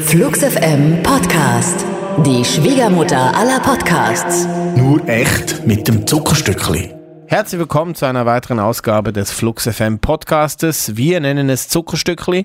Flux FM Podcast. Die Schwiegermutter aller Podcasts. Nur echt mit dem Zuckerstückli. Herzlich willkommen zu einer weiteren Ausgabe des Flux FM Podcastes. Wir nennen es Zuckerstückli.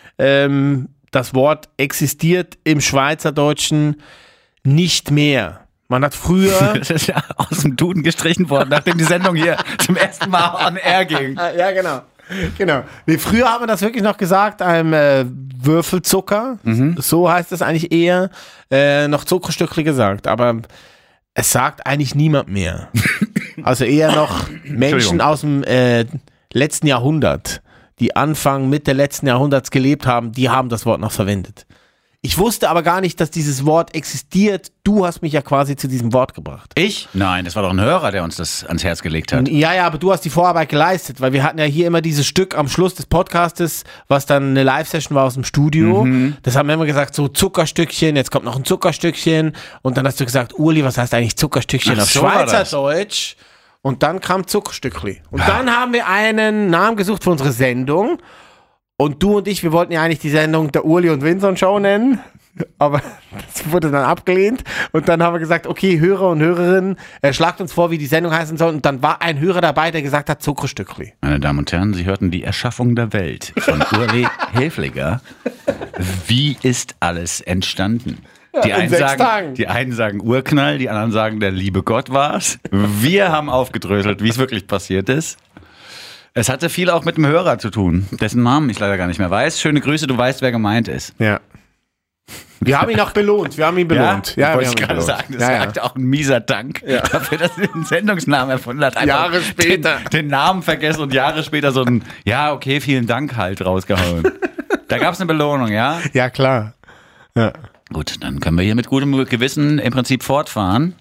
Das Wort existiert im Schweizerdeutschen nicht mehr. Man hat früher Das ist ja aus dem Duden gestrichen worden, nachdem die Sendung hier zum ersten Mal on air ging. Ja, genau. Nee, früher hat man das wirklich noch gesagt, einem Würfelzucker, so heißt es eigentlich eher, noch Zuckerstückli gesagt, aber es sagt eigentlich niemand mehr. Also eher noch Menschen aus dem letzten Jahrhundert, die Anfang, Mitte letzten Jahrhunderts gelebt haben, die haben das Wort noch verwendet. Ich wusste aber gar nicht, dass dieses Wort existiert. Du hast mich ja quasi zu diesem Wort gebracht. Ich? Nein, das war doch ein Hörer, der uns das ans Herz gelegt hat. Ja, aber du hast die Vorarbeit geleistet, weil wir hatten ja hier immer dieses Stück am Schluss des Podcastes, was dann eine Live-Session war aus dem Studio. Das haben wir immer gesagt, so Zuckerstückchen, jetzt kommt noch ein Zuckerstückchen. Und dann hast du gesagt, Uli, was heißt eigentlich Zuckerstückchen auf so war das. Schweizerdeutsch? Und dann kam Zuckerstückli. Und dann haben wir einen Namen gesucht für unsere Sendung. Und du und ich, wir wollten ja eigentlich die Sendung der Uli und Vinson Show nennen, aber das wurde dann abgelehnt. Und dann haben wir gesagt, okay, Hörer und Hörerinnen, schlagt uns vor, wie die Sendung heißen soll. Und dann war ein Hörer dabei, der gesagt hat, Zuckerstückli. Meine Damen und Herren, Sie hörten die Erschaffung der Welt von Uli Hilfiger. Wie ist alles entstanden? Die einen sagen Urknall, die anderen sagen, der liebe Gott war's. Wir haben aufgedröselt, wie es wirklich passiert ist. Es hatte viel auch mit dem Hörer zu tun, dessen Namen ich leider gar nicht mehr weiß. Schöne Grüße, du weißt, wer gemeint ist. Ja. Wir haben ihn auch belohnt. Wir haben ihn belohnt. Ja, wollte ich gerade sagen. Das sagt auch ein mieser Dank dafür, dass er den Sendungsnamen erfunden hat. Jahre später. Den Namen vergessen und Jahre später so ein, ja, okay, vielen Dank halt rausgehauen. Da gab es eine Belohnung, ja? Ja, klar. Ja. Gut, dann können wir hier mit gutem Gewissen im Prinzip fortfahren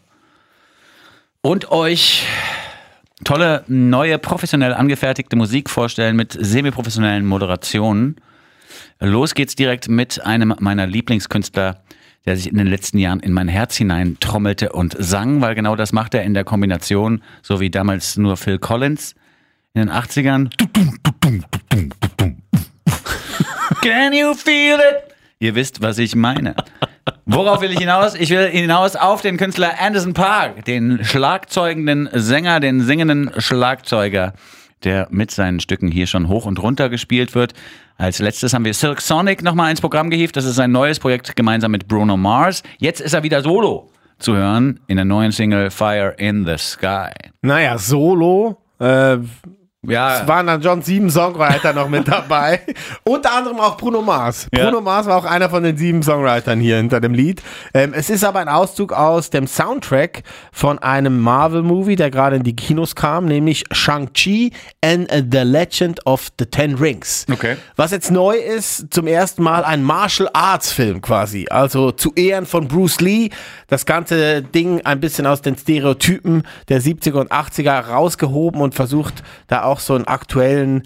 und euch tolle, neue, professionell angefertigte Musik vorstellen mit semi-professionellen Moderationen. Los geht's direkt mit einem meiner Lieblingskünstler, der sich in den letzten Jahren in mein Herz hinein trommelte und sang, weil genau das macht er in der Kombination, so wie damals nur Phil Collins in den 80ern. Can you feel it? Ihr wisst, was ich meine. Worauf will ich hinaus? Ich will hinaus auf den Künstler Anderson .Paak, den schlagzeugenden Sänger, den singenden Schlagzeuger, der mit seinen Stücken hier schon hoch und runter gespielt wird. Als letztes haben wir Silk Sonic nochmal ins Programm gehievt. Das ist sein neues Projekt gemeinsam mit Bruno Mars. Jetzt ist er wieder solo zu hören in der neuen Single Fire in the Sky. Naja, solo. Es waren dann John 7 Songwriter noch mit dabei. Unter anderem auch Bruno Mars. Ja. Bruno Mars war auch einer von den 7 Songwritern hier hinter dem Lied. Es ist aber ein Auszug aus dem Soundtrack von einem Marvel-Movie, der gerade in die Kinos kam, nämlich Shang-Chi and the Legend of the Ten Rings. Okay. Was jetzt neu ist, zum ersten Mal ein Martial-Arts-Film quasi. Also zu Ehren von Bruce Lee. Das ganze Ding ein bisschen aus den Stereotypen der 70er und 80er rausgehoben und versucht, da auch so einen aktuellen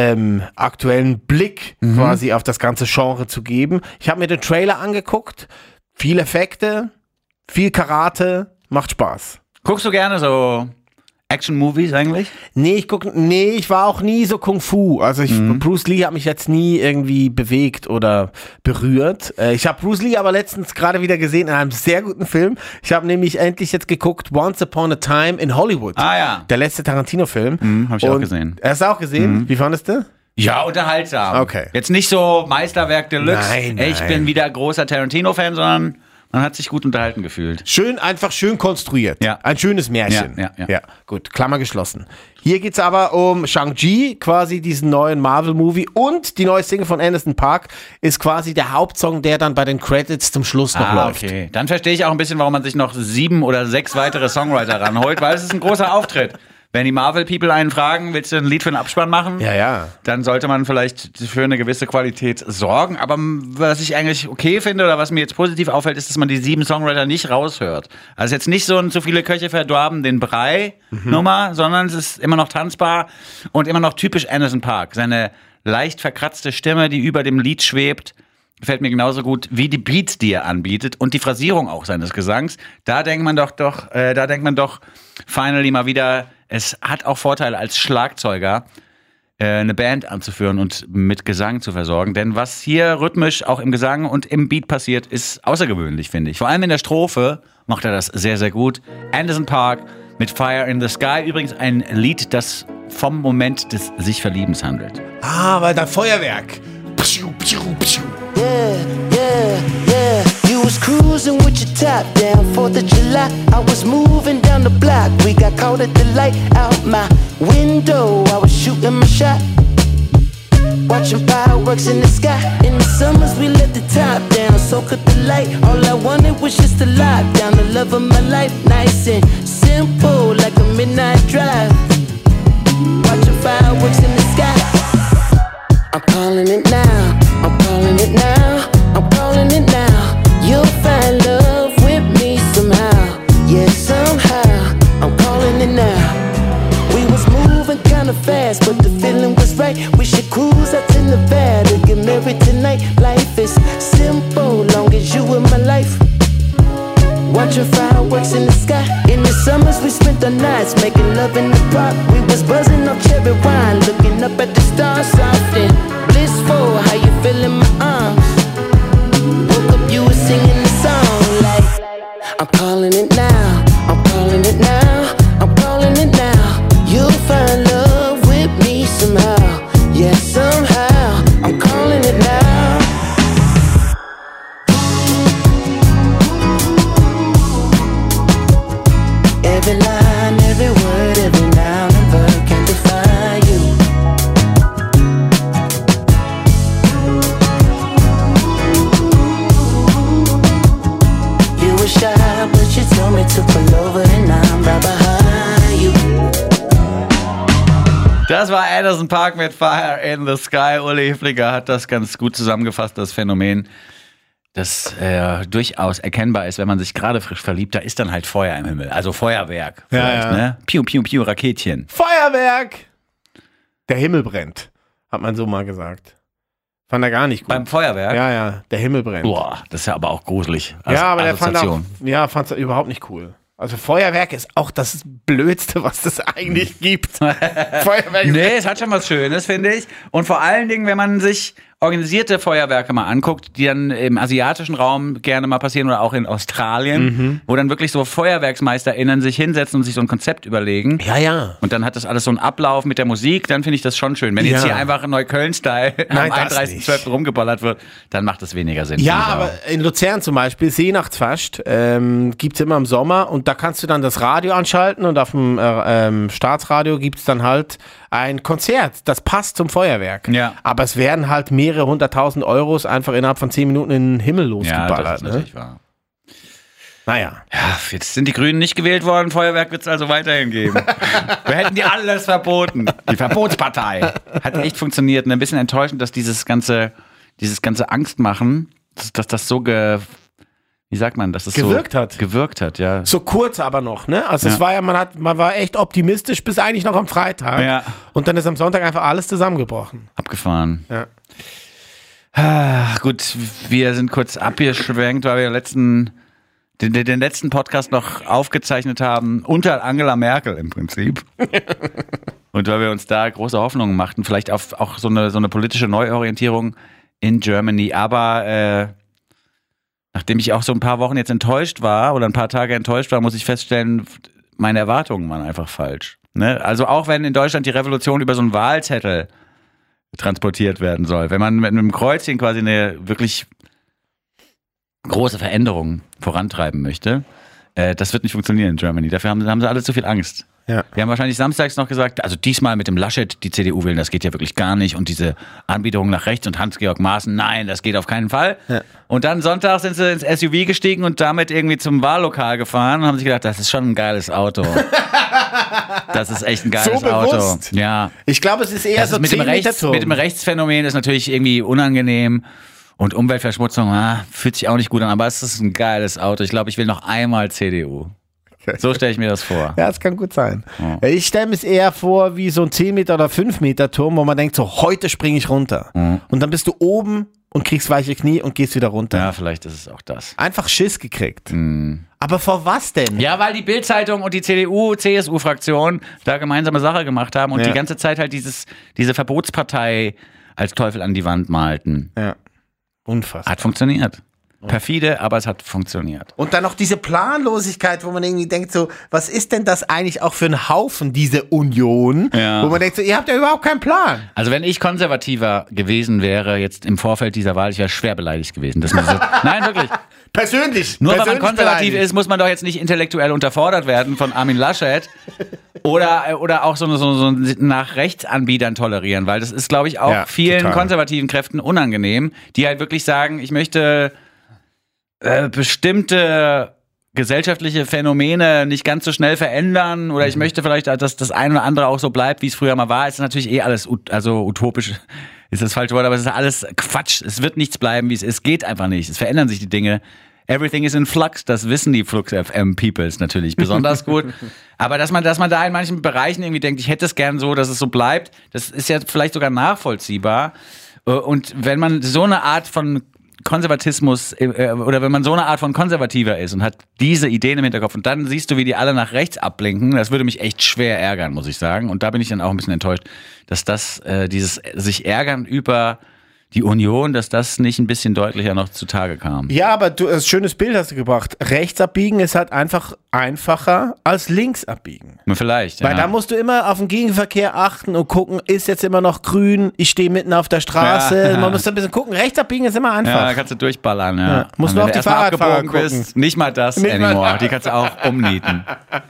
Blick quasi auf das ganze Genre zu geben. Ich habe mir den Trailer angeguckt. Viel Effekte, viel Karate, macht Spaß. Guckst du gerne so Action-Movies eigentlich? Nee, ich war auch nie so Kung Fu. Also Bruce Lee hat mich jetzt nie irgendwie bewegt oder berührt. Ich habe Bruce Lee aber letztens gerade wieder gesehen in einem sehr guten Film. Ich habe nämlich endlich jetzt geguckt Once Upon a Time in Hollywood. Ah ja. Der letzte Tarantino-Film. Habe ich auch gesehen. Hast du auch gesehen? Wie fandest du? Ja, unterhaltsam. Okay. Jetzt nicht so Meisterwerk Deluxe. Nein. Ich bin wieder großer Tarantino-Fan, sondern man hat sich gut unterhalten gefühlt. Einfach schön konstruiert. Ja. Ein schönes Märchen. Ja. Gut, Klammer geschlossen. Hier geht's aber um Shang-Chi, quasi diesen neuen Marvel-Movie, und die neue Single von Anderson .Paak ist quasi der Hauptsong, der dann bei den Credits zum Schluss noch läuft. Okay. Dann verstehe ich auch ein bisschen, warum man sich noch 7 oder 6 weitere Songwriter ranholt, weil es ist ein großer Auftritt. Wenn die Marvel-People einen fragen, willst du ein Lied für den Abspann machen? Ja. Dann sollte man vielleicht für eine gewisse Qualität sorgen. Aber was ich eigentlich okay finde oder was mir jetzt positiv auffällt, ist, dass man die 7 Songwriter nicht raushört. Also jetzt nicht so ein zu viele Köche verdorben den Brei Nummer, sondern es ist immer noch tanzbar und immer noch typisch Anderson .Paak. Seine leicht verkratzte Stimme, die über dem Lied schwebt, gefällt mir genauso gut wie die Beats, die er anbietet und die Phrasierung auch seines Gesangs. Da denkt man doch finally mal wieder, es hat auch Vorteile als Schlagzeuger, eine Band anzuführen und mit Gesang zu versorgen. Denn was hier rhythmisch auch im Gesang und im Beat passiert, ist außergewöhnlich, finde ich. Vor allem in der Strophe macht er das sehr, sehr gut. Anderson .Paak mit Fire in the Sky. Übrigens ein Lied, das vom Moment des sich Verliebens handelt. Weil da Feuerwerk. Pschiu, pschiu, pschiu. Yeah. You was cruising with your top down, 4th of July. I was moving down the block. We got caught at the light out my window. I was shooting my shot, watching fireworks in the sky. In the summers we let the top down, soak up the light. All I wanted was just to lock down the love of my life. Nice and simple, like a midnight drive. Watching fireworks in the sky. I'm calling it now, I'm calling it now, I'm calling it now. You'll find love with me somehow, yeah, somehow. I'm calling it now. We was moving kinda fast, but the feeling was right. We should cruise out to Nevada, get married tonight. Life is simple, long as you in my life. Watching fireworks in the sky. In the summers we spent our nights making love in the park. We was buzzing on cherry wine, looking up at the stars, soft and blissful. How you feel in my arms? Woke up, you were singing the song like I'm calling it now, I'm calling it now, I'm calling it now. You'll find love with me somehow, yeah, somehow. I'm calling it now. Every line, every word, every noun and verb can define you. You were shy, but you told me to pull over and I'm right behind you. Das war Anderson .Paak mit Fire in the Sky. Uli Hifliger hat das ganz gut zusammengefasst, das Phänomen, das durchaus erkennbar ist, wenn man sich gerade frisch verliebt, da ist dann halt Feuer im Himmel. Also Feuerwerk vielleicht, Ja. ne? Piu, piu, piu, Raketchen. Feuerwerk! Der Himmel brennt, hat man so mal gesagt. Fand er gar nicht gut. Beim Feuerwerk? Ja, der Himmel brennt. Boah, das ist ja aber auch gruselig. als Ja, aber der Assoziation. fand es überhaupt nicht cool. Also Feuerwerk ist auch das Blödste, was es eigentlich gibt. Feuerwerk ist Nee, es hat schon was Schönes, finde ich. Und vor allen Dingen, wenn man sich organisierte Feuerwerke mal anguckt, die dann im asiatischen Raum gerne mal passieren oder auch in Australien, wo dann wirklich so FeuerwerksmeisterInnen sich hinsetzen und sich so ein Konzept überlegen. Ja. Und dann hat das alles so einen Ablauf mit der Musik, dann finde ich das schon schön. Wenn jetzt hier einfach Neukölln-Style am Nein, das 31.12. rumgeballert wird, dann macht das weniger Sinn. Ja, finde ich aber in Luzern zum Beispiel, Seenachtsfest, gibt es immer im Sommer und da kannst du dann das Radio anschalten und auf dem Staatsradio gibt es dann halt ein Konzert, das passt zum Feuerwerk. Ja. Aber es werden halt mehrere 100.000 Euros einfach innerhalb von 10 Minuten in den Himmel auch. Ja, losgeballert. das ist Ne? natürlich wahr. Naja. Ja, jetzt sind die Grünen nicht gewählt worden, Feuerwerk wird es also weiterhin geben. Wir hätten die alles verboten. Die Verbotspartei. Hat echt funktioniert. Und ein bisschen enttäuschend, dass dieses ganze Angstmachen, dass das so wie sagt man, dass es Gewirkt so hat. Gewirkt hat, ja. So kurz aber noch, ne? Also es Ja. war ja, man war echt optimistisch bis eigentlich noch am Freitag. Ja. Und dann ist am Sonntag einfach alles zusammengebrochen. Abgefahren. Ja. Ach, gut, wir sind kurz abgeschwenkt, weil wir den letzten Podcast noch aufgezeichnet haben, unter Angela Merkel im Prinzip. Und weil wir uns da große Hoffnungen machten, vielleicht auf auch so eine politische Neuorientierung in Germany. Aber nachdem ich auch so ein paar Wochen jetzt enttäuscht war oder ein paar Tage enttäuscht war, muss ich feststellen, meine Erwartungen waren einfach falsch. Ne? Also auch wenn in Deutschland die Revolution über so einen Wahlzettel transportiert werden soll, wenn man mit einem Kreuzchen quasi eine wirklich große Veränderung vorantreiben möchte, das wird nicht funktionieren in Germany. Dafür haben sie alle zu viel Angst. Ja. Wir haben wahrscheinlich samstags noch gesagt, also diesmal mit dem Laschet die CDU wählen, das geht ja wirklich gar nicht. Und diese Anbiederung nach rechts und Hans-Georg Maaßen, nein, das geht auf keinen Fall. Ja. Und dann Sonntag sind sie ins SUV gestiegen und damit irgendwie zum Wahllokal gefahren und haben sich gedacht, das ist schon ein geiles Auto. Das ist echt ein geiles So Auto. bewusst? Ja. Ich glaube, es ist eher Das so ist mit 10 dem Meter Turm. Mit dem Rechtsphänomen ist natürlich irgendwie unangenehm. Und Umweltverschmutzung, fühlt sich auch nicht gut an, aber es ist ein geiles Auto. Ich glaube, ich will noch einmal CDU. So stelle ich mir das vor. Ja, das kann gut sein. Ja. Ich stelle mir es eher vor wie so ein 10 Meter oder 5 Meter Turm, wo man denkt, so heute springe ich runter. Und dann bist du oben und kriegst weiche Knie und gehst wieder runter. Ja, vielleicht ist es auch das. Einfach Schiss gekriegt. Aber vor was denn? Ja, weil die Bild-Zeitung und die CDU-CSU-Fraktion da gemeinsame Sache gemacht haben und die ganze Zeit halt diese Verbotspartei als Teufel an die Wand malten. Ja. Unfassbar. Hat funktioniert. Perfide, aber es hat funktioniert. Und dann noch diese Planlosigkeit, wo man irgendwie denkt so, was ist denn das eigentlich auch für ein Haufen, diese Union? Ja. Wo man denkt so, ihr habt ja überhaupt keinen Plan. Also wenn ich konservativer gewesen wäre, jetzt im Vorfeld dieser Wahl, ich wäre schwer beleidigt gewesen. Nein, wirklich. Persönlich. Nur weil man persönlich konservativ beleidigt. ist, muss man doch jetzt nicht intellektuell unterfordert werden von Armin Laschet oder auch so nach Rechtsanbietern tolerieren, weil das ist, glaube ich, auch vielen total. konservativen Kräften unangenehm, die halt wirklich sagen, ich möchte bestimmte gesellschaftliche Phänomene nicht ganz so schnell verändern oder ich möchte vielleicht, dass das ein oder andere auch so bleibt, wie es früher mal war. Es ist natürlich alles, also utopisch ist das falsche Wort, aber es ist alles Quatsch. Es wird nichts bleiben, wie es ist. Es geht einfach nicht. Es verändern sich die Dinge. Everything is in flux. Das wissen die Flux FM Peoples natürlich besonders gut. Aber dass man da in manchen Bereichen irgendwie denkt, ich hätte es gern so, dass es so bleibt, das ist ja vielleicht sogar nachvollziehbar. Und wenn man so eine Art von Konservatismus oder wenn man so eine Art von Konservativer ist und hat diese Ideen im Hinterkopf und dann siehst du, wie die alle nach rechts abblinken, das würde mich echt schwer ärgern, muss ich sagen. Und da bin ich dann auch ein bisschen enttäuscht, dass das, dieses sich ärgern über die Union, dass das nicht ein bisschen deutlicher noch zutage kam. Ja, aber du, ein schönes Bild hast du gebracht. Rechts abbiegen ist halt einfach einfacher als links abbiegen. Vielleicht, Weil da musst du immer auf den Gegenverkehr achten und gucken, ist jetzt immer noch grün, ich stehe mitten auf der Straße. Ja. Man muss ein bisschen gucken. Rechts abbiegen ist immer einfach. Ja, da kannst du durchballern, ja. Musst Und nur wenn auf die erstmal Fahrradfahrer abgebogen gucken. bist, nicht mal das Nicht mal anymore. das. Die kannst du auch umnieten.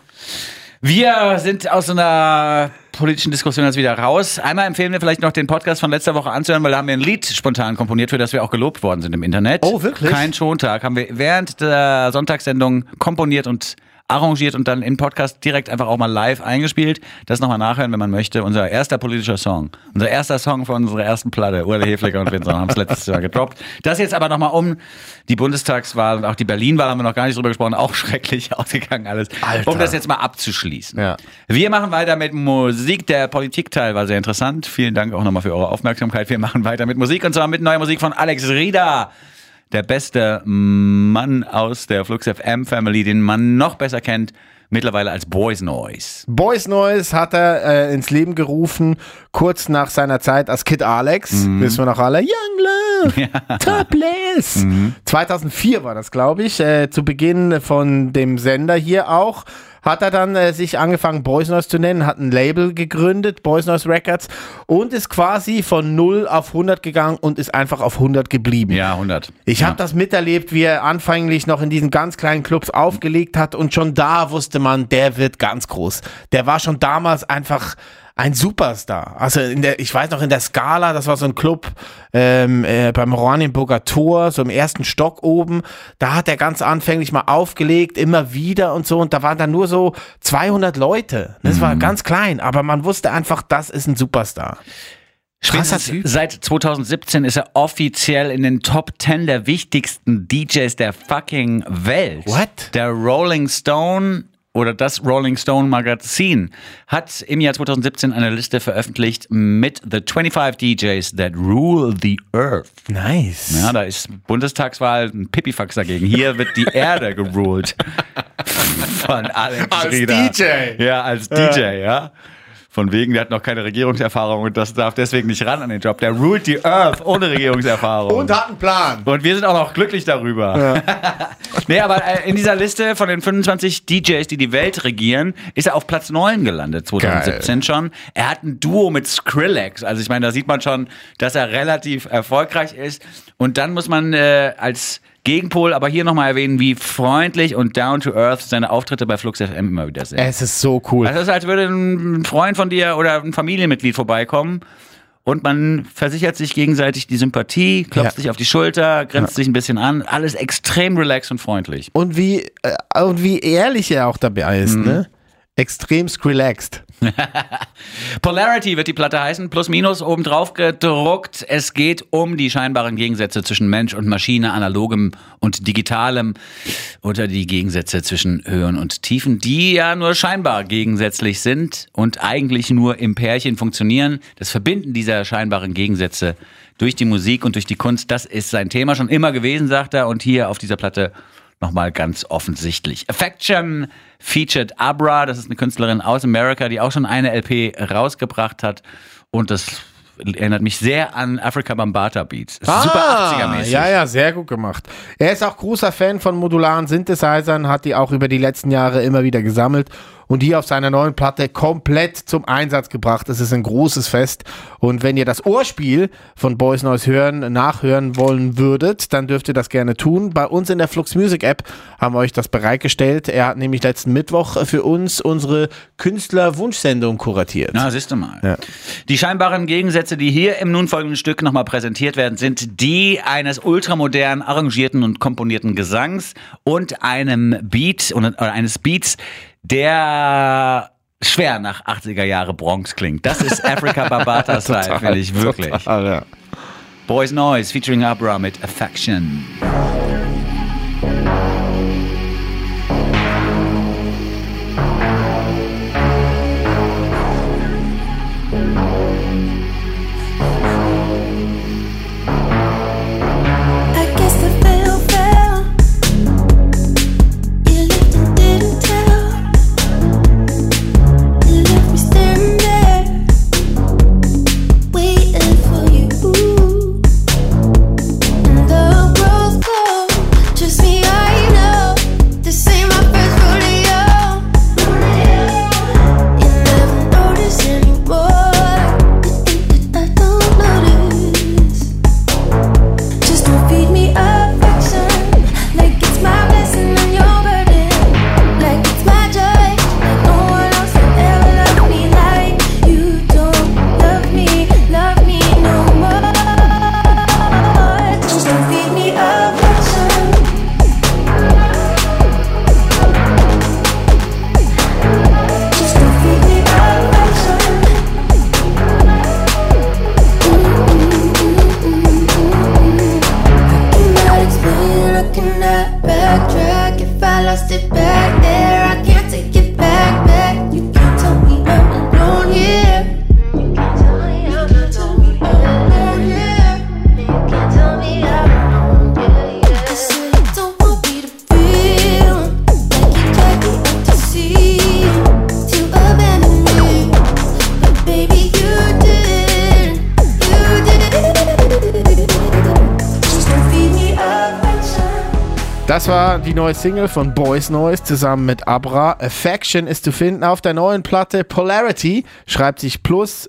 Wir sind aus so einer politischen Diskussion jetzt wieder raus. Einmal empfehlen wir vielleicht noch den Podcast von letzter Woche anzuhören, weil da haben wir ein Lied spontan komponiert, für das wir auch gelobt worden sind im Internet. Oh, wirklich? Kein Schontag. Haben wir während der Sonntagssendung komponiert und arrangiert und dann im Podcast direkt einfach auch mal live eingespielt. Das nochmal nachhören, wenn man möchte. Unser erster politischer Song. Unser erster Song von unserer ersten Platte. Urle Hefliger und Vincent haben es letztes Jahr gedroppt. Das jetzt aber nochmal um die Bundestagswahl und auch die Berlin-Wahl haben wir noch gar nicht drüber gesprochen. Auch schrecklich ausgegangen alles. Alter. Um das jetzt mal abzuschließen. Ja. Wir machen weiter mit Musik. Der Politikteil war sehr interessant. Vielen Dank auch nochmal für eure Aufmerksamkeit. Wir machen weiter mit Musik und zwar mit neuer Musik von Alex Rieder. Der beste Mann aus der Flux FM Family, den man noch besser kennt, mittlerweile als Boys Noise. Boys Noise hat er ins Leben gerufen, kurz nach seiner Zeit als Kid Alex. Wissen wir noch alle. Young Love, Topless. 2004 war das, glaube ich. Zu Beginn von dem Sender hier auch. Hat er dann sich angefangen, Boys Noise zu nennen, hat ein Label gegründet, Boys Noise Records, und ist quasi von 0 auf 100 gegangen und ist einfach auf 100 geblieben. Ja, 100. Ich habe das miterlebt, wie er anfänglich noch in diesen ganz kleinen Clubs aufgelegt hat und schon da wusste man, der wird ganz groß. Der war schon damals einfach ein Superstar. Also ich weiß noch, in der Scala, das war so ein Club beim Oranienburger Tor, so im ersten Stock oben, da hat er ganz anfänglich mal aufgelegt, immer wieder und so, und da waren dann nur so 200 Leute. Das war ganz klein, aber man wusste einfach, das ist ein Superstar. Krasser Typ. Seit 2017 ist er offiziell in den Top 10 der wichtigsten DJs der fucking Welt. What? Der Rolling Stone oder das Rolling Stone Magazin hat im Jahr 2017 eine Liste veröffentlicht mit The 25 DJs that rule the earth. Nice. Ja, da ist Bundestagswahl ein Pipifax dagegen. Hier wird die Erde geruled. Von Alex Als Rieder. DJ. Ja, als DJ, ja. Von wegen, der hat noch keine Regierungserfahrung und das darf deswegen nicht ran an den Job. Der ruled the earth ohne Regierungserfahrung. Und hat einen Plan. Und wir sind auch noch glücklich darüber. Ja. Nee, aber in dieser Liste von den 25 DJs, die die Welt regieren, ist er auf Platz 9 gelandet, 2017 schon. Er hat ein Duo mit Skrillex. Also ich meine, da sieht man schon, dass er relativ erfolgreich ist. Und dann muss man als Gegenpol aber hier nochmal erwähnen, wie freundlich und down to earth seine Auftritte bei Flux FM immer wieder sind. Es ist so cool. Also es ist, als würde ein Freund von dir oder ein Familienmitglied vorbeikommen und man versichert sich gegenseitig die Sympathie, klopft sich auf die Schulter, grinst sich ein bisschen an. Alles extrem relaxed und freundlich. Und wie ehrlich er auch dabei ist, ne? Extremst relaxed. Polarity wird die Platte heißen, plus minus obendrauf gedruckt. Es geht um die scheinbaren Gegensätze zwischen Mensch und Maschine, analogem und digitalem, oder die Gegensätze zwischen Höhen und Tiefen, die ja nur scheinbar gegensätzlich sind und eigentlich nur im Pärchen funktionieren. Das Verbinden dieser scheinbaren Gegensätze durch die Musik und durch die Kunst, das ist sein Thema schon immer gewesen, sagt er, und hier auf dieser Platte nochmal ganz offensichtlich. Affection featured Abra, das ist eine Künstlerin aus Amerika, die auch schon eine LP rausgebracht hat, und das erinnert mich sehr an Afrika Bambaataa Beats. Super 80er-mäßig. Ja, sehr gut gemacht. Er ist auch großer Fan von modularen Synthesizern, hat die auch über die letzten Jahre immer wieder gesammelt und die auf seiner neuen Platte komplett zum Einsatz gebracht. Es ist ein großes Fest, und wenn ihr das Ohrspiel von Boys Noise nachhören wollen würdet, dann dürft ihr das gerne tun. Bei uns in der Flux Music App haben wir euch das bereitgestellt. Er hat nämlich letzten Mittwoch für uns unsere Künstler-Wunschsendung kuratiert. Na, siehst du mal. Ja. Die scheinbaren Gegensätze, die hier im nun folgenden Stück nochmal präsentiert werden, sind die eines ultramodern arrangierten und komponierten Gesangs und einem Beat oder eines Beats, der schwer nach 80er Jahre Bronx klingt. Das ist Afrika Bambaataa Style, finde ich wirklich. Total, ja. Boys Noise featuring Abra mit Affection. Das war die neue Single von Boys Noise zusammen mit Abra. Affection ist zu finden auf der neuen Platte Polarity, schreibt sich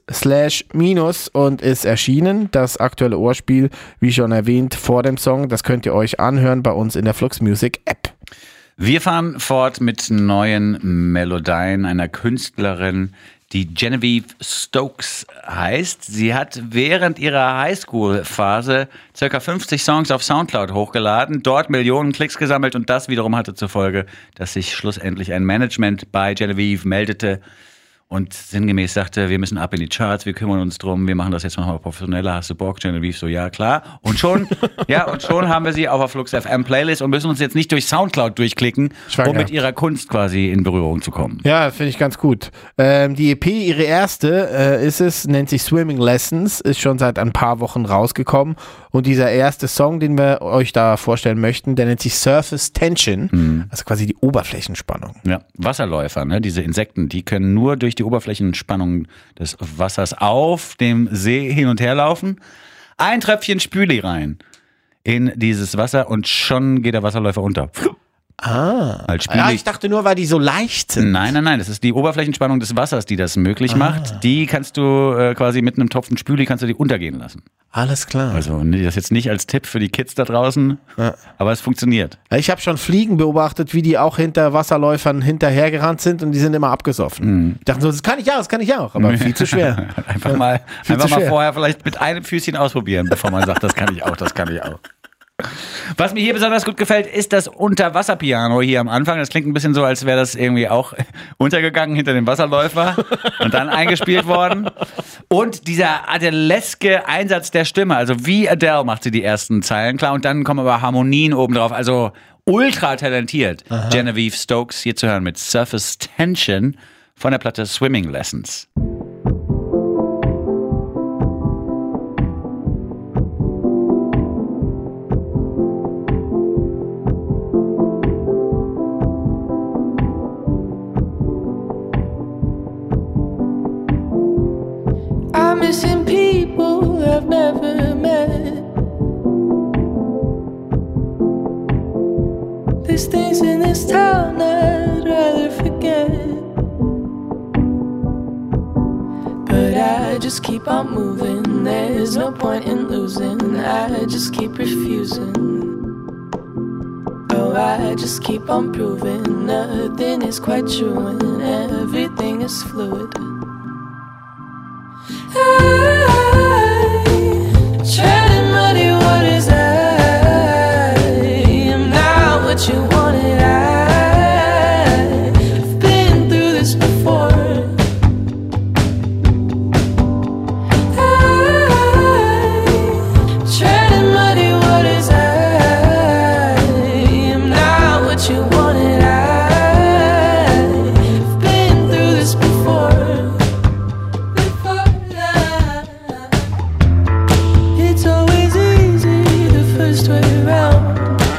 +/- und ist erschienen. Das aktuelle Ohrspiel, wie schon erwähnt, vor dem Song, das könnt ihr euch anhören bei uns in der Flux Music App. Wir fahren fort mit neuen Melodien einer Künstlerin, die Genevieve Stokes heißt. Sie hat während ihrer Highschool-Phase ca. 50 Songs auf Soundcloud hochgeladen, dort Millionen Klicks gesammelt, und das wiederum hatte zur Folge, dass sich schlussendlich ein Management bei Genevieve meldete und sinngemäß sagte, wir müssen ab in die Charts, wir kümmern uns drum, wir machen das jetzt nochmal professioneller, hast du Bock? Genevieve so, ja klar. Und schon haben wir sie auf der Flux FM Playlist und müssen uns jetzt nicht durch Soundcloud durchklicken, um mit ihrer Kunst quasi in Berührung zu kommen. Ja, finde ich ganz gut. Die EP, ihre erste nennt sich Swimming Lessons, ist schon seit ein paar Wochen rausgekommen, und dieser erste Song, den wir euch da vorstellen möchten, der nennt sich Surface Tension, also quasi die Oberflächenspannung. Ja, Wasserläufer, ne? Diese Insekten, die können nur durch die Oberflächenspannung des Wassers auf dem See hin und her laufen. Ein Tröpfchen Spüli rein in dieses Wasser und schon geht der Wasserläufer unter. Ja, ich dachte nur, weil die so leicht sind. Nein, das ist die Oberflächenspannung des Wassers, die das möglich macht. Die kannst du quasi mit einem Topf Spüli kannst du die untergehen lassen. Alles klar. Also das jetzt nicht als Tipp für die Kids da draußen, aber es funktioniert. Ich habe schon Fliegen beobachtet, wie die auch hinter Wasserläufern hinterhergerannt sind, und die sind immer abgesoffen. Ich dachte so, das kann ich auch, aber viel zu schwer. Einfach mal vorher vielleicht mit einem Füßchen ausprobieren, bevor man sagt, das kann ich auch. Was mir hier besonders gut gefällt, ist das Unterwasserpiano hier am Anfang. Das klingt ein bisschen so, als wäre das irgendwie auch untergegangen hinter dem Wasserläufer und dann eingespielt worden. Und dieser adeleske Einsatz der Stimme, also wie Adele macht sie die ersten Zeilen klar und dann kommen aber Harmonien obendrauf, also ultra talentiert. Aha. Genevieve Stokes hier zu hören mit Surface Tension von der Platte Swimming Lessons. I'm missing people I've never met. There's things in this town I'd rather forget. But I just keep on moving, there's no point in losing. I just keep refusing. Oh, I just keep on proving nothing is quite true and everything is fluid. I try to muddy waters. I am not what you wanted. I've been through this before. I try to muddy waters. I am not what you wanted. I've been through this before. It's always easy the first way around.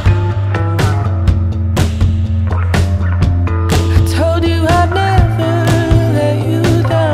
I told you I'd never let you down.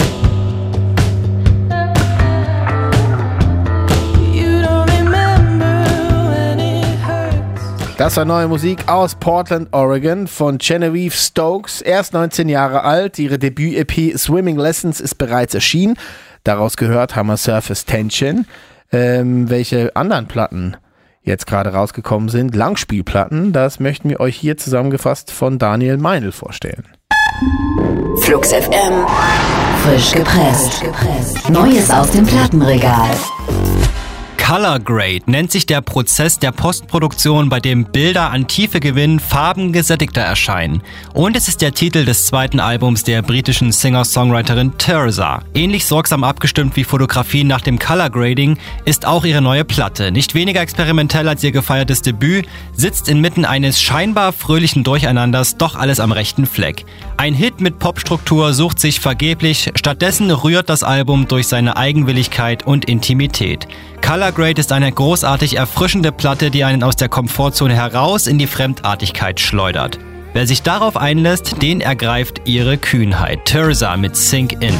You don't remember when it hurts. Das war neue Musik aus Portland, Oregon von Genevieve Stokes, erst 19 Jahre alt. Ihre Debüt-EP Swimming Lessons ist bereits erschienen. Daraus gehört haben wir Surface Tension. Welche anderen Platten jetzt gerade rausgekommen sind, Langspielplatten, das möchten wir euch hier zusammengefasst von Daniel Meinl vorstellen. Flux FM. Frisch gepresst. Neues aus dem Plattenregal. Color Grade nennt sich der Prozess der Postproduktion, bei dem Bilder an Tiefe gewinnen, Farben gesättigter erscheinen. Und es ist der Titel des zweiten Albums der britischen Singer-Songwriterin Terza. Ähnlich sorgsam abgestimmt wie Fotografien nach dem Color Grading ist auch ihre neue Platte. Nicht weniger experimentell als ihr gefeiertes Debüt, sitzt inmitten eines scheinbar fröhlichen Durcheinanders doch alles am rechten Fleck. Ein Hit mit Popstruktur sucht sich vergeblich, stattdessen rührt das Album durch seine Eigenwilligkeit und Intimität. Color Grade ist eine großartig erfrischende Platte, die einen aus der Komfortzone heraus in die Fremdartigkeit schleudert. Wer sich darauf einlässt, den ergreift ihre Kühnheit. Terza mit Sink In.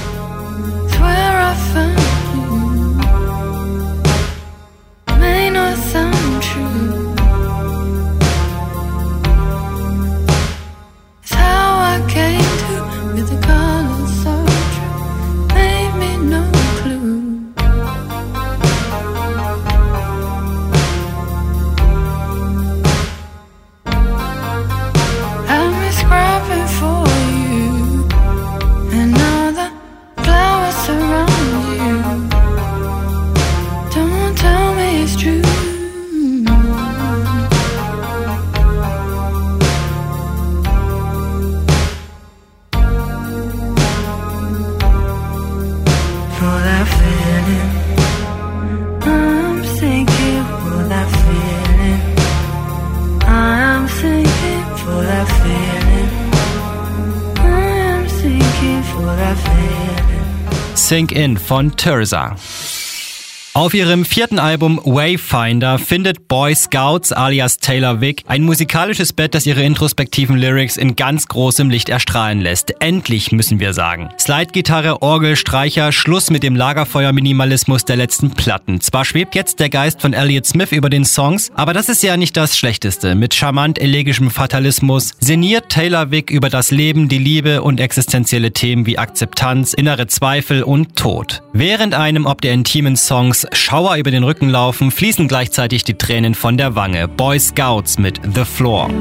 Sink In von Terza. Auf ihrem vierten Album Wayfinder findet Boy Scouts alias Taylor Vick ein musikalisches Bett, das ihre introspektiven Lyrics in ganz großem Licht erstrahlen lässt. Endlich, müssen wir sagen. Slide-Gitarre, Orgel, Streicher, Schluss mit dem Lagerfeuer-Minimalismus der letzten Platten. Zwar schwebt jetzt der Geist von Elliott Smith über den Songs, aber das ist ja nicht das Schlechteste. Mit charmant elegischem Fatalismus sinniert Taylor Vick über das Leben, die Liebe und existenzielle Themen wie Akzeptanz, innere Zweifel und Tod. Während einem ob der intimen Songs Schauer über den Rücken laufen, fließen gleichzeitig die Tränen von der Wange. Boy Scouts mit The Floor.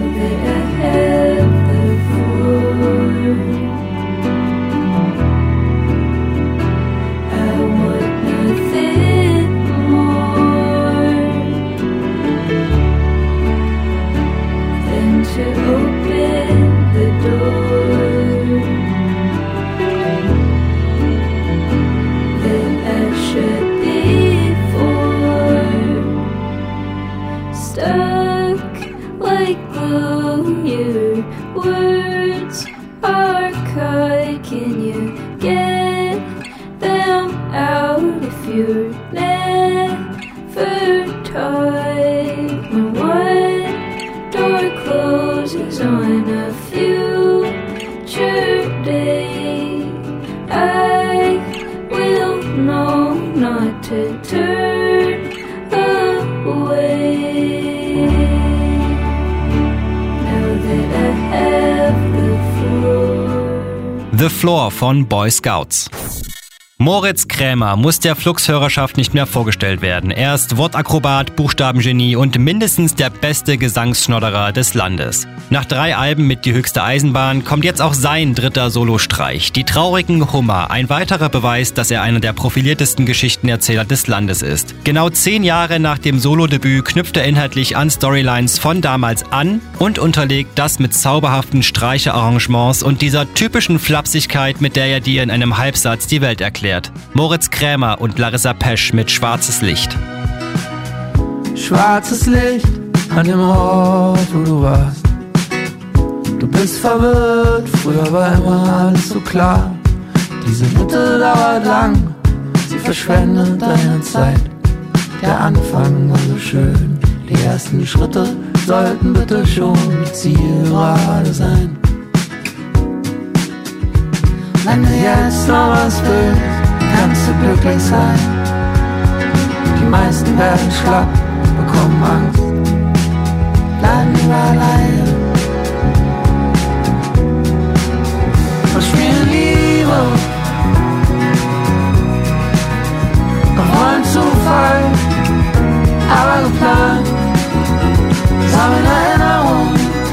never tied. When one door closes on a future day, I will know not to turn away. Now that I have the floor. The Floor von Boy Scouts. Moritz Krämer muss der Flux-Hörerschaft nicht mehr vorgestellt werden. Er ist Wortakrobat, Buchstabengenie und mindestens der beste Gesangsschnodderer des Landes. Nach 3 Alben mit Die höchste Eisenbahn kommt jetzt auch sein 3. Solostreich, Die traurigen Hummer, ein weiterer Beweis, dass er einer der profiliertesten Geschichtenerzähler des Landes ist. Genau 10 Jahre nach dem Solodebüt knüpft er inhaltlich an Storylines von damals an und unterlegt das mit zauberhaften Streicherarrangements und dieser typischen Flapsigkeit, mit der er dir in einem Halbsatz die Welt erklärt. Moritz Krämer und Larissa Pesch mit Schwarzes Licht. Schwarzes Licht an dem Ort, wo du warst. Du bist verwirrt, früher war immer alles so klar. Diese Mitte dauert lang, sie verschwendet deine Zeit. Der Anfang war so schön, die ersten Schritte sollten bitte schon die Zielgerade sein. Wenn du jetzt noch was willst, kannst du glücklich sein. Die meisten werden schlapp, bekommen Angst, bleiben lieber alleine. Verspielen Liebe, doch wollen Zufall, aber geplant. Sammeln Erinnerungen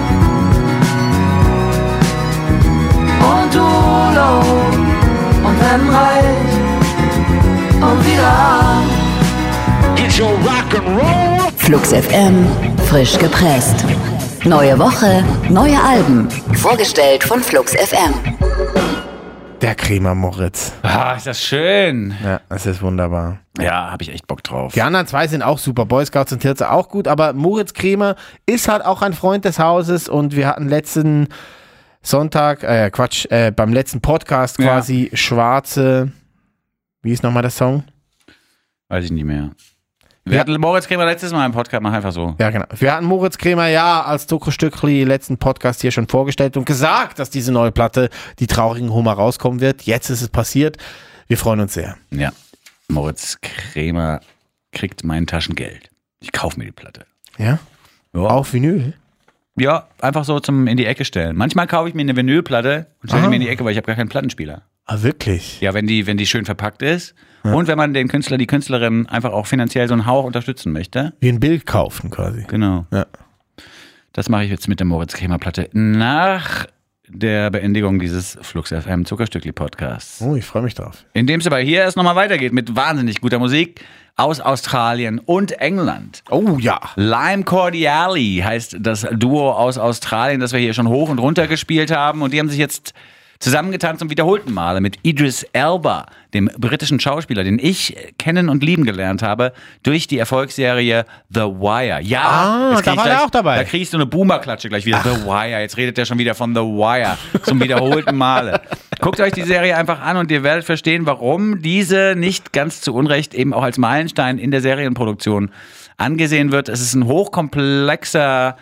und Urlaub und werden reich und wieder arm. Get your Rock'n'Roll. Flux FM, frisch gepresst. Neue Woche, neue Alben. Vorgestellt von Flux FM. Der Krämer Moritz. Ah, ist das schön. Ja, das ist wunderbar. Ja, habe ich echt Bock drauf. Die anderen 2 sind auch super. Boy Scouts und Tirze auch gut, aber Moritz Krämer ist halt auch ein Freund des Hauses und wir hatten letzten Sonntag, beim letzten Podcast quasi schwarze, wie ist nochmal der Song? Weiß ich nicht mehr. Wir hatten Moritz Krämer letztes Mal im Podcast, mach einfach so. Ja, genau. Wir hatten Moritz Krämer als Zuckerstückli letzten Podcast hier schon vorgestellt und gesagt, dass diese neue Platte, Die traurigen Hummer, rauskommen wird. Jetzt ist es passiert. Wir freuen uns sehr. Ja, Moritz Krämer kriegt mein Taschengeld. Ich kaufe mir die Platte. Ja? Auf Vinyl? Ja, einfach so zum in die Ecke stellen. Manchmal kaufe ich mir eine Vinylplatte und stelle die mir in die Ecke, weil ich habe gar keinen Plattenspieler. Ah, wirklich? Ja, wenn die schön verpackt ist und wenn man den Künstler, die Künstlerin einfach auch finanziell so einen Hauch unterstützen möchte. Wie ein Bild kaufen quasi. Genau. Ja. Das mache ich jetzt mit der Moritz Krämer Platte nach der Beendigung dieses Flux FM Zuckerstückli Podcasts. Oh, ich freue mich drauf. In dem es aber hier erst nochmal weitergeht mit wahnsinnig guter Musik aus Australien und England. Oh ja. Lime Cordiali heißt das Duo aus Australien, das wir hier schon hoch und runter gespielt haben. Und die haben sich jetzt zusammengetan zum wiederholten Male mit Idris Elba, dem britischen Schauspieler, den ich kennen und lieben gelernt habe durch die Erfolgsserie The Wire. Ja, da war er auch dabei. Da kriegst du eine Boomer-Klatsche gleich wieder. The Wire, jetzt redet er schon wieder von The Wire zum wiederholten Male. Guckt euch die Serie einfach an und ihr werdet verstehen, warum diese nicht ganz zu Unrecht eben auch als Meilenstein in der Serienproduktion angesehen wird. Es ist eine hochkomplexe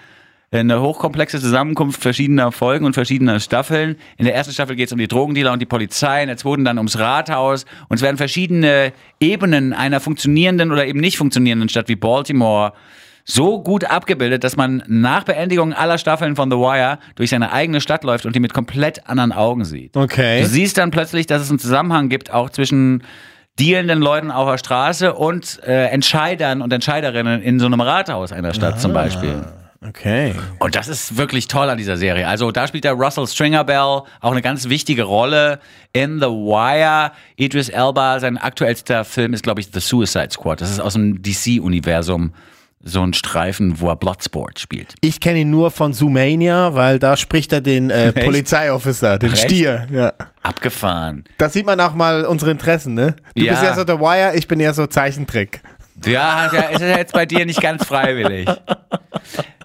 Zusammenkunft verschiedener Folgen und verschiedener Staffeln. In der ersten Staffel geht es um die Drogendealer und die Polizei, in der zweiten dann ums Rathaus und es werden verschiedene Ebenen einer funktionierenden oder eben nicht funktionierenden Stadt wie Baltimore so gut abgebildet, dass man nach Beendigung aller Staffeln von The Wire durch seine eigene Stadt läuft und die mit komplett anderen Augen sieht. Okay. Du siehst dann plötzlich, dass es einen Zusammenhang gibt, auch zwischen dealenden Leuten auf der Straße und Entscheidern und Entscheiderinnen in so einem Rathaus einer Stadt zum Beispiel. Okay. Und das ist wirklich toll an dieser Serie. Also da spielt der Russell Stringer Bell auch eine ganz wichtige Rolle in The Wire. Idris Elba, sein aktuellster Film ist, glaube ich, The Suicide Squad. Das ist aus dem DC-Universum so ein Streifen, wo er Bloodsport spielt. Ich kenne ihn nur von Zoomania, weil da spricht er den Polizeiofficer, den Stier. Ja. Abgefahren. Da sieht man auch mal unsere Interessen, ne? Du bist ja so The Wire, ich bin eher so Zeichentrick. Ja, ist ja jetzt bei dir nicht ganz freiwillig.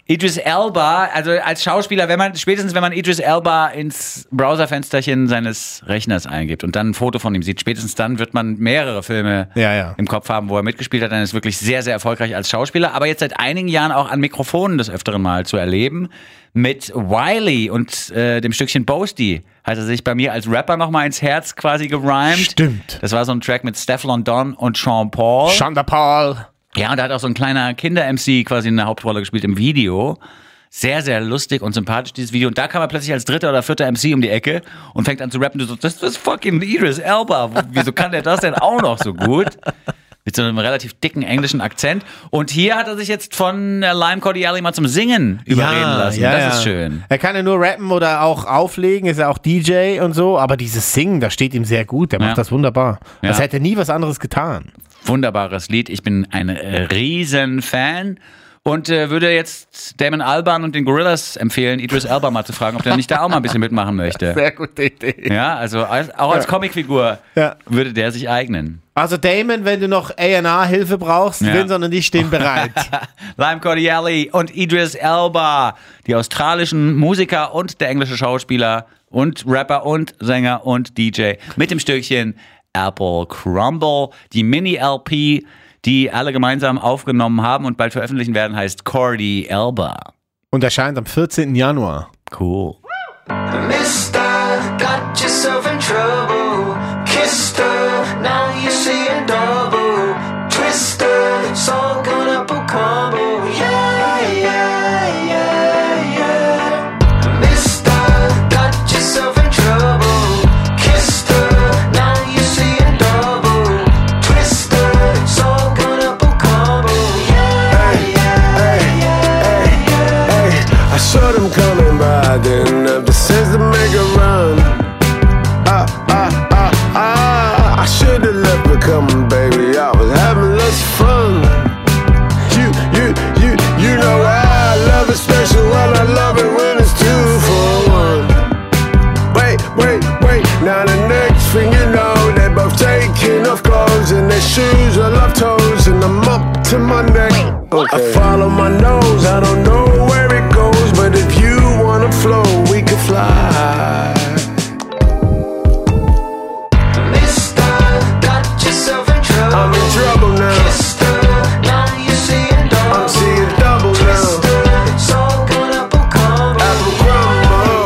Idris Elba, also als Schauspieler, spätestens wenn man Idris Elba ins Browserfensterchen seines Rechners eingibt und dann ein Foto von ihm sieht, spätestens dann wird man mehrere Filme im Kopf haben, wo er mitgespielt hat. Dann ist wirklich sehr, sehr erfolgreich als Schauspieler, aber jetzt seit einigen Jahren auch an Mikrofonen des Öfteren mal zu erleben. Mit Wiley und dem Stückchen Boasty hat er sich bei mir als Rapper nochmal ins Herz quasi gerimt. Stimmt. Das war so ein Track mit Stefflon Don und Sean Paul. Ja, und da hat auch so ein kleiner Kinder-MC quasi eine Hauptrolle gespielt im Video. Sehr, sehr lustig und sympathisch, dieses Video. Und da kam er plötzlich als dritter oder vierter MC um die Ecke und fängt an zu rappen. Du so, das ist fucking Idris Elba. Wieso kann der das denn auch noch so gut? Mit so einem relativ dicken englischen Akzent. Und hier hat er sich jetzt von Lime Cordiale mal zum Singen überreden lassen. Das ist schön. Er kann ja nur rappen oder auch auflegen, ist ja auch DJ und so. Aber dieses Singen, das steht ihm sehr gut. Der macht das wunderbar. Ja. Das hätte nie was anderes getan. Wunderbares Lied. Ich bin ein Riesenfan und würde jetzt Damon Albarn und den Gorillaz empfehlen, Idris Elba mal zu fragen, ob der nicht da auch mal ein bisschen mitmachen möchte. Sehr gute Idee. Ja, also auch als Comicfigur würde der sich eignen. Also Damon, wenn du noch A&R-Hilfe brauchst, Vincent und ich stehen bereit. Lime Cordiale und Idris Elba, die australischen Musiker und der englische Schauspieler und Rapper und Sänger und DJ mit dem Stückchen Apple Crumble, die Mini-LP, die alle gemeinsam aufgenommen haben und bald veröffentlichen werden, heißt Cordy Elba. Und erscheint am 14. Januar. Cool. Mister, got yourself in trouble. Kissed her, now you see it double. Twister, it's all gonna crumble. Yeah, yeah, yeah, yeah. Mister, got yourself in trouble. Kissed her, now you see it double. Twister, it's all gonna crumble. Yeah, yeah, yeah, yeah. I saw them coming by, didn't have the sense to make a run. I should've left her coming, baby. I was having lots of fun. You know I love it special and I love it when it's 2 for 1. Wait. Now the next thing you know, they're both taking off clothes and their shoes are love toes and I'm up to my neck. I follow my nose, I don't know where it goes, but if you wanna flow, we can fly. I'm in trouble now. Now you see it double. I'm seeing double now. It's all gonna crumble. Apple crumble.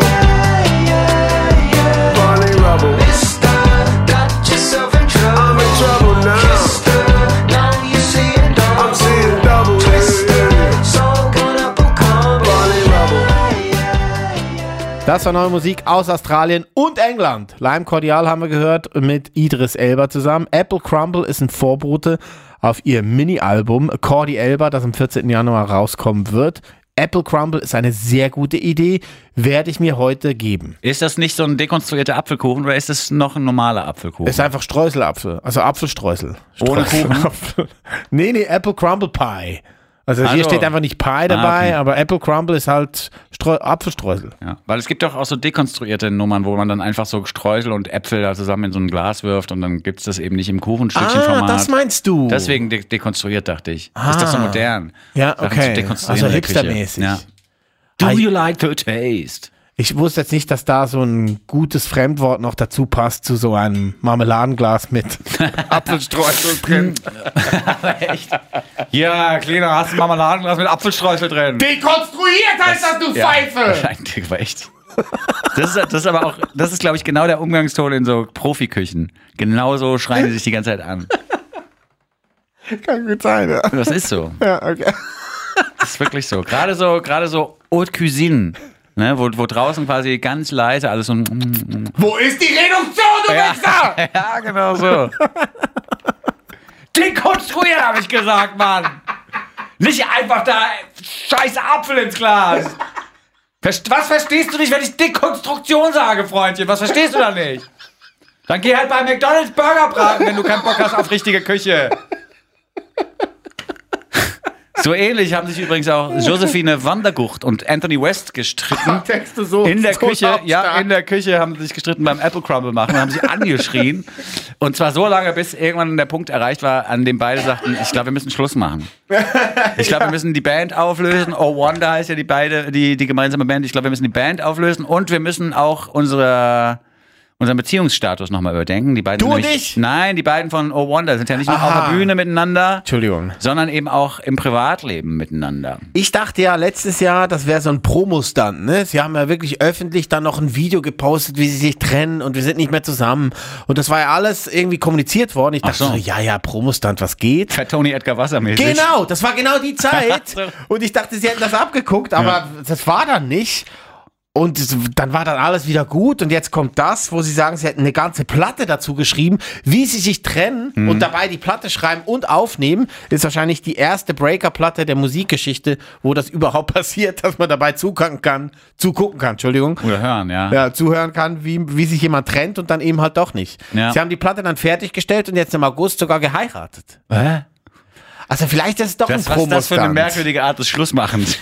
Barney rubble. Got yourself in trouble. I'm in trouble now. Now you see it double. I'm seeing double. It's all gonna crumble. Barney rubble. Das war neue Musik aus Australien und England. Lime Cordiale haben wir gehört mit Idris Elba zusammen. Apple Crumble ist ein Vorbote auf ihr Mini-Album Cordy Elba, das am 14. Januar rauskommen wird. Apple Crumble ist eine sehr gute Idee, werde ich mir heute geben. Ist das nicht so ein dekonstruierter Apfelkuchen oder ist das noch ein normaler Apfelkuchen? Ist einfach Streuselapfel, also Apfelstreusel. Ohne Kuchen? Nee, Apple Crumble Pie. Also hier steht einfach nicht Pie dabei, okay. Aber Apple Crumble ist halt Apfelstreusel. Ja, weil es gibt doch auch so dekonstruierte Nummern, wo man dann einfach so Streusel und Äpfel da zusammen in so ein Glas wirft und dann gibt es das eben nicht im Kuchenstückchenformat. Das meinst du. Deswegen dekonstruiert, dachte ich. Ist das so modern? Ja, okay. Also hipstermäßig. Ja. Do you like to taste? Ich wusste jetzt nicht, dass da so ein gutes Fremdwort noch dazu passt zu so einem Marmeladenglas mit Apfelstreusel drin. Echt? Ja, Kleiner, hast du ein Marmeladenglas mit Apfelstreusel drin? Dekonstruiert heißt das, du Pfeife! Echt. Das ist aber auch, das ist, glaube ich, genau der Umgangston in so Profiküchen. Genauso schreien die sich die ganze Zeit an. Kann gut sein, ja. Das ist so. Ja, okay. Das ist wirklich so. Gerade so Haute Cuisine. Ne, wo draußen quasi ganz leise alles so. Wo ist die Reduktion, du Wichser? Ja, genau so. Dekonstruieren, habe ich gesagt, Mann. Nicht einfach da scheiß Apfel ins Glas. Was verstehst du nicht, wenn ich Dekonstruktion sage, Freundchen? Was verstehst du da nicht? Dann geh halt bei McDonald's Burger braten, wenn du keinen Bock hast auf richtige Küche. So ähnlich haben sich übrigens auch Josephine van der Gucht und Anthony West gestritten. So, in der so Küche, ja, in der Küche haben sie sich gestritten beim Apple Crumble machen, haben sie angeschrien. Und zwar so lange, bis irgendwann der Punkt erreicht war, an dem beide sagten, ich glaube, wir müssen Schluss machen. Ich glaube, wir müssen die Band auflösen. Oh Wonder heißt ja die gemeinsame Band. Ich glaube, wir müssen die Band auflösen und wir müssen auch unseren Beziehungsstatus nochmal überdenken. Die beiden Du und nämlich, ich? Nein, die beiden von Oh Wonder sind ja nicht nur auf der Bühne miteinander, Entschuldigung. sondern eben auch im Privatleben miteinander. Ich dachte ja letztes Jahr, das wäre so ein Promo-Stunt, ne? Sie haben ja wirklich öffentlich dann noch ein Video gepostet, wie sie sich trennen und wir sind nicht mehr zusammen. Und das war ja alles irgendwie kommuniziert worden. Ich dachte so, ja, Promo-Stunt, was geht? Fat Tony Edgar Wasser mäßig. Genau, das war genau die Zeit. Und ich dachte, sie hätten das abgeguckt, aber das war dann nicht. Und dann war dann alles wieder gut und jetzt kommt das, wo sie sagen, sie hätten eine ganze Platte dazu geschrieben, wie sie sich trennen und dabei die Platte schreiben und aufnehmen. Ist wahrscheinlich die erste Breaker-Platte der Musikgeschichte, wo das überhaupt passiert, dass man dabei zugucken kann, Oder hören, ja. Ja, zuhören kann, wie sich jemand trennt und dann eben halt doch nicht. Ja. Sie haben die Platte dann fertiggestellt und jetzt im August sogar geheiratet. Also vielleicht ist es doch ein Was ist das für eine Promo-Stunt. merkwürdige Art des Schlussmachens?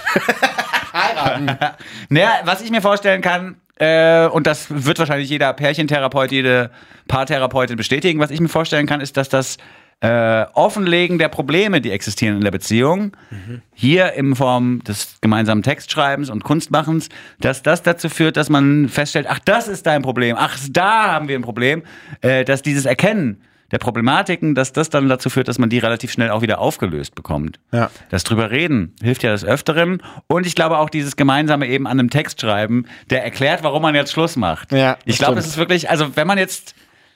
Naja, was ich mir vorstellen kann, und das wird wahrscheinlich jeder Pärchentherapeut, jede Paartherapeutin bestätigen, was ich mir vorstellen kann, ist, dass das Offenlegen der Probleme, die existieren in der Beziehung, hier in Form des gemeinsamen Textschreibens und Kunstmachens, dass das dazu führt, dass man feststellt, ach, das ist dein Problem, ach, da haben wir ein Problem, dass dieses Erkennen der Problematiken, dass das dann dazu führt, dass man die relativ schnell auch wieder aufgelöst bekommt. Ja. Das drüber reden hilft ja des Öfteren. Und ich glaube auch dieses gemeinsame eben an einem Text schreiben, der erklärt, warum man jetzt Schluss macht. Ja, ich glaube, es ist wirklich, also wenn man jetzt,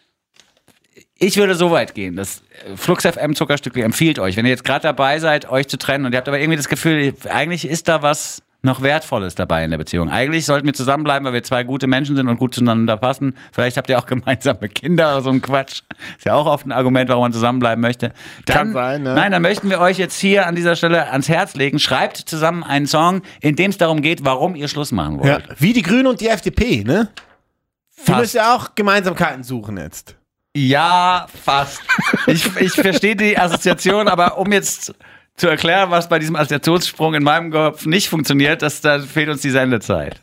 ich würde so weit gehen, das Flux FM Zuckerstückli empfiehlt euch, wenn ihr jetzt gerade dabei seid, euch zu trennen und ihr habt aber irgendwie das Gefühl, eigentlich ist da was noch Wertvolles dabei in der Beziehung. Eigentlich sollten wir zusammenbleiben, weil wir zwei gute Menschen sind und gut zueinander passen. Vielleicht habt ihr auch gemeinsame Kinder oder so ein Quatsch. Ist ja auch oft ein Argument, warum man zusammenbleiben möchte. Kann sein, ne? Nein, dann möchten wir euch jetzt hier an dieser Stelle ans Herz legen. Schreibt zusammen einen Song, in dem es darum geht, warum ihr Schluss machen Ja, wollt. wie die Grünen und die FDP, ne? Die Fast. müssen ja auch Gemeinsamkeiten suchen jetzt. Ja, fast. Ich verstehe die Assoziation, aber um jetzt zu erklären, was bei diesem Assoziationssprung in meinem Kopf nicht funktioniert, da fehlt uns die Sendezeit.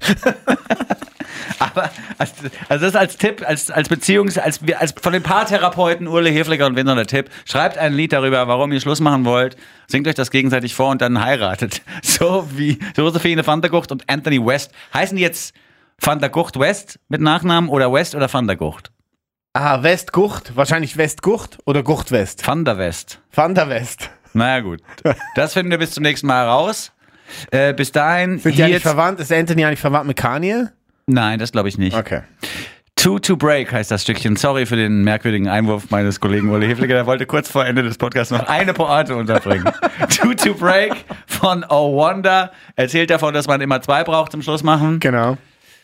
Aber also das als Tipp, als von den Paartherapeuten Urle Hefliger und Winter der Tipp, schreibt ein Lied darüber, warum ihr Schluss machen wollt, singt euch das gegenseitig vor und dann heiratet. So wie Josephine van der Gucht und Anthony West. Heißen die jetzt van der Gucht West mit Nachnamen oder West oder van der Gucht? Westgucht, wahrscheinlich Westgucht oder Gucht West. Van der West. Van der West. Naja, gut. Das finden wir bis zum nächsten Mal raus. Bis dahin. Sind die eigentlich verwandt? Ist Anthony eigentlich verwandt mit Kanye? Nein, das glaube ich nicht. Okay. Two to Break heißt das Stückchen. Sorry für den merkwürdigen Einwurf meines Kollegen Urle Hefliger. Der wollte kurz vor Ende des Podcasts noch eine Pointe unterbringen. Two to Break von Oh Wonder. Erzählt davon, dass man immer zwei braucht zum Schluss machen. Genau.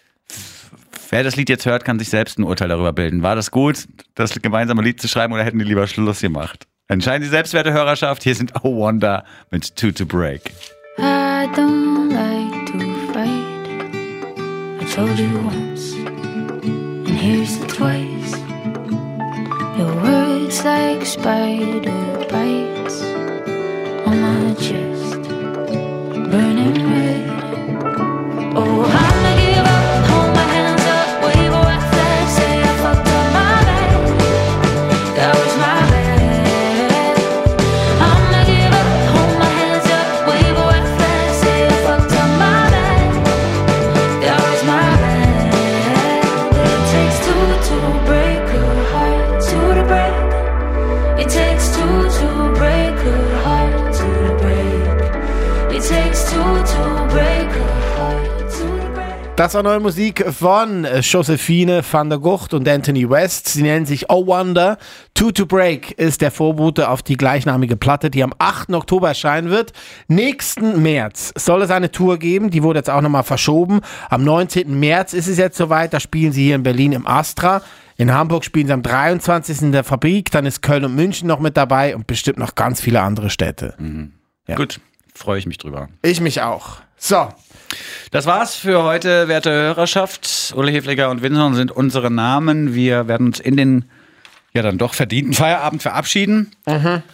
Wer das Lied jetzt hört, kann sich selbst ein Urteil darüber bilden. War das gut, das gemeinsame Lied zu schreiben oder hätten die lieber Schluss gemacht? Entscheiden die selbstwerte Hörerschaft. Hier sind Oh Wonder mit Two to Break. I don't like to fight. I told you once, and here's the twice. Your words like spider bites on my chest, burning red. Oh, I'ma give up, hold my hands up, wave a white flag, say I fucked up my bad. That was my bad. I'ma give up, hold my hands up, wave a white flag, say I fucked up my bad. That was my bad. It takes two to break a heart, two to break. It takes two to break a heart, two to break. It takes two to break a heart. Das war neue Musik von Josephine van der Gucht und Anthony West. Sie nennen sich Oh Wonder. Two to Break ist der Vorbote auf die gleichnamige Platte, die am 8. Oktober erscheinen wird. Nächsten März soll es eine Tour geben. Die wurde jetzt auch nochmal verschoben. Am 19. März ist es jetzt soweit. Da spielen sie hier in Berlin im Astra. In Hamburg spielen sie am 23. in der Fabrik. Dann ist Köln und München noch mit dabei und bestimmt noch ganz viele andere Städte. Ja. Gut, freue ich mich drüber. Ich mich auch. So. Das war's für heute, werte Hörerschaft. Urle Hefliger und Winson sind unsere Namen. Wir werden uns in den ja dann doch verdienten Feierabend verabschieden.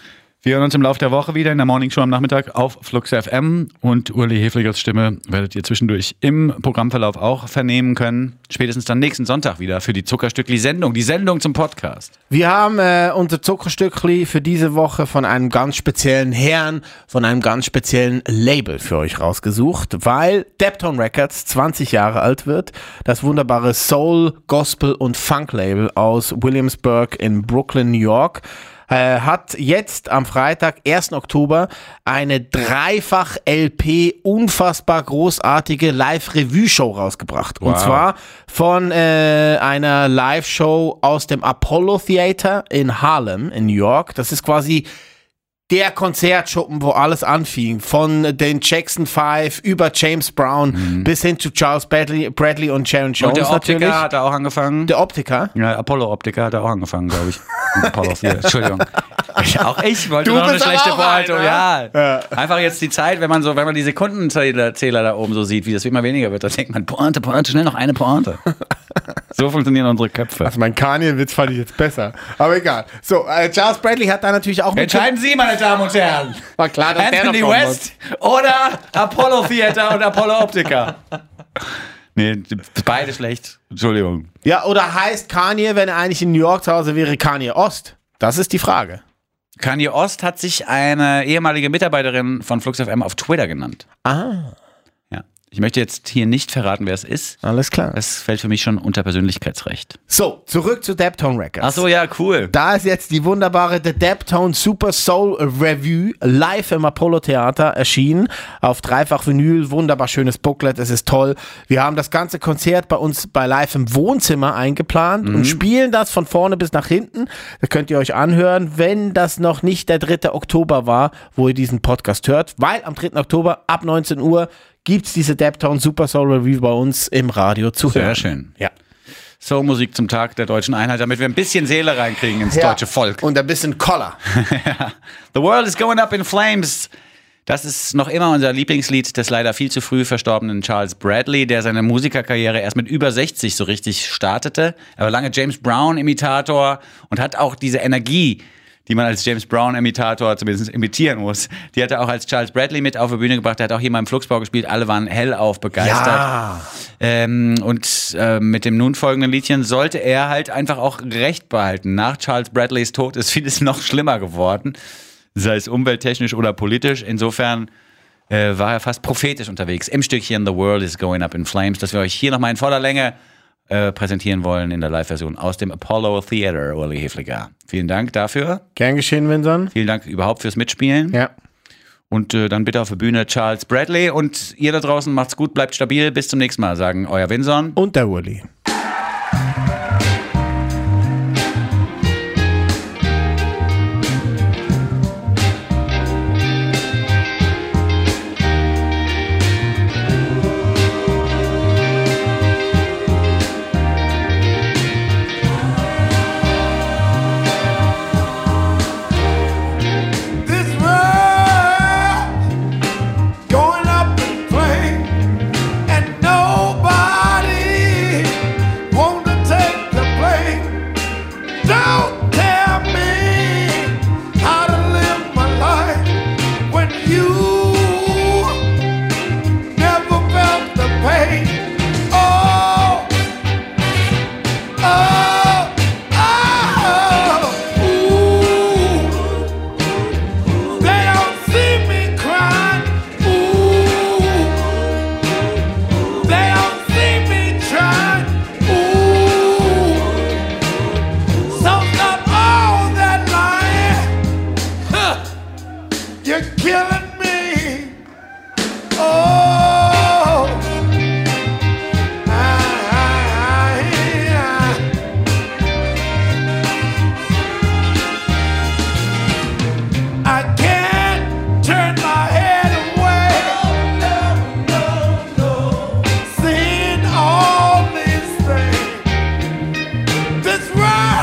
Wir hören uns im Laufe der Woche wieder in der Morningshow am Nachmittag auf Flux FM und Uli Hefligers Stimme werdet ihr zwischendurch im Programmverlauf auch vernehmen können. Spätestens dann nächsten Sonntag wieder für die Zuckerstückli-Sendung, die Sendung zum Podcast. Wir haben unser Zuckerstückli für diese Woche von einem ganz speziellen Herrn, von einem ganz speziellen Label für euch rausgesucht, weil Deptone Records 20 Jahre alt wird. Das wunderbare Soul, Gospel und Funk-Label aus Williamsburg in Brooklyn, New York. Hat jetzt am Freitag, 1. Oktober, eine Dreifach-LP, unfassbar großartige Live-Revue-Show rausgebracht. Wow. Und zwar von einer Live-Show aus dem Apollo Theater in Harlem in New York. Das ist quasi der Konzertschuppen, wo alles anfing. Von den Jackson 5 über James Brown bis hin zu Charles Bradley und Sharon Jones. Und der Optiker natürlich. hat da auch angefangen. Der Optiker? Ja, Apollo-Optiker hat da auch angefangen, glaube ich. Apollo Theater, Entschuldigung. Auch ich wollte noch eine schlechte Behaltung. Ja. Einfach jetzt die Zeit, wenn man die Sekundenzähler da oben so sieht, wie das immer weniger wird, dann denkt man, Pointe, schnell noch eine Pointe. So funktionieren unsere Köpfe. Also mein Kanye-Witz fand ich jetzt besser. Aber egal. So, Charles Bradley hat da natürlich auch... Entscheiden Sie, meine Damen und Herren. War klar, dass Anthony der noch West oder Apollo Theater und Apollo Optiker. Nee, beide schlecht. Entschuldigung. Ja, oder heißt Kanye, wenn er eigentlich in New York zu Hause wäre, Kanye Ost? Das ist die Frage. Kanye Ost hat sich eine ehemalige Mitarbeiterin von Flux FM auf Twitter genannt. Ah. Ja. Ich möchte jetzt hier nicht verraten, wer es ist. Alles klar. Das fällt für mich schon unter Persönlichkeitsrecht. So, zurück zu Deptone Records. Ach so, ja, cool. Da ist jetzt die wunderbare The Deptone Super Soul Revue live im Apollo Theater erschienen. Auf dreifach Vinyl, wunderbar schönes Booklet, es ist toll. Wir haben das ganze Konzert bei uns bei Live im Wohnzimmer eingeplant und spielen das von vorne bis nach hinten. Da könnt ihr euch anhören, wenn das noch nicht der 3. Oktober war, wo ihr diesen Podcast hört. Weil am 3. Oktober ab 19 Uhr gibt's diese Deptone Super Soul Revue bei uns im Radio zu hören. Sehr schön. Ja. Soul-Musik zum Tag der deutschen Einheit, damit wir ein bisschen Seele reinkriegen ins deutsche Volk. Und ein bisschen Collar. The World is Going Up in Flames. Das ist noch immer unser Lieblingslied des leider viel zu früh verstorbenen Charles Bradley, der seine Musikerkarriere erst mit über 60 so richtig startete. Er war lange James Brown-Imitator und hat auch diese Energie, die man als James Brown-Imitator zumindest imitieren muss. Die hat er auch als Charles Bradley mit auf die Bühne gebracht. Der hat auch hier mal im Flugsbau gespielt. Alle waren hellauf begeistert. Ja. Mit dem nun folgenden Liedchen sollte er halt einfach auch Recht behalten. Nach Charles Bradleys Tod ist vieles noch schlimmer geworden, sei es umwelttechnisch oder politisch. Insofern war er fast prophetisch unterwegs im Stückchen The World is Going Up in Flames, das wir euch hier nochmal in voller Länge präsentieren wollen in der Live-Version aus dem Apollo Theater, Uli Hefliger. Vielen Dank dafür. Gern geschehen, Vincent. Vielen Dank überhaupt fürs Mitspielen. Ja. Und dann bitte auf der Bühne Charles Bradley. Und ihr da draußen macht's gut, bleibt stabil. Bis zum nächsten Mal, sagen euer Vincent. Und der Uli.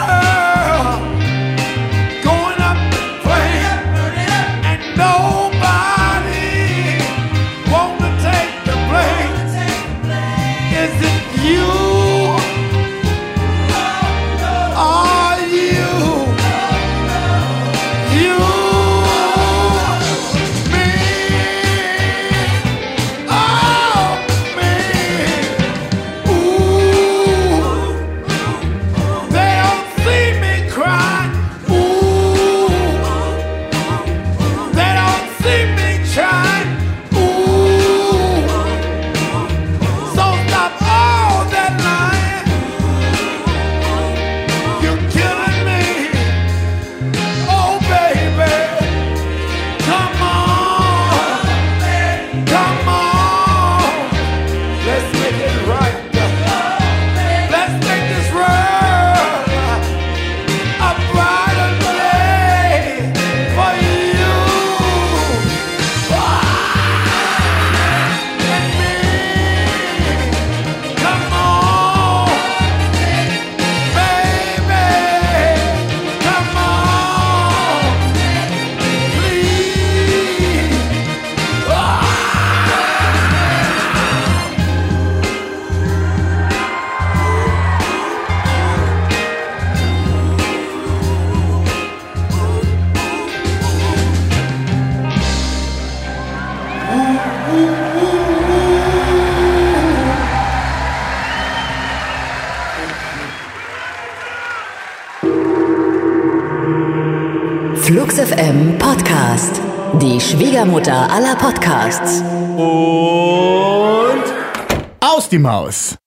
Nobody Flux FM Podcast. Die Schwiegermutter aller Podcasts. Und aus die Maus.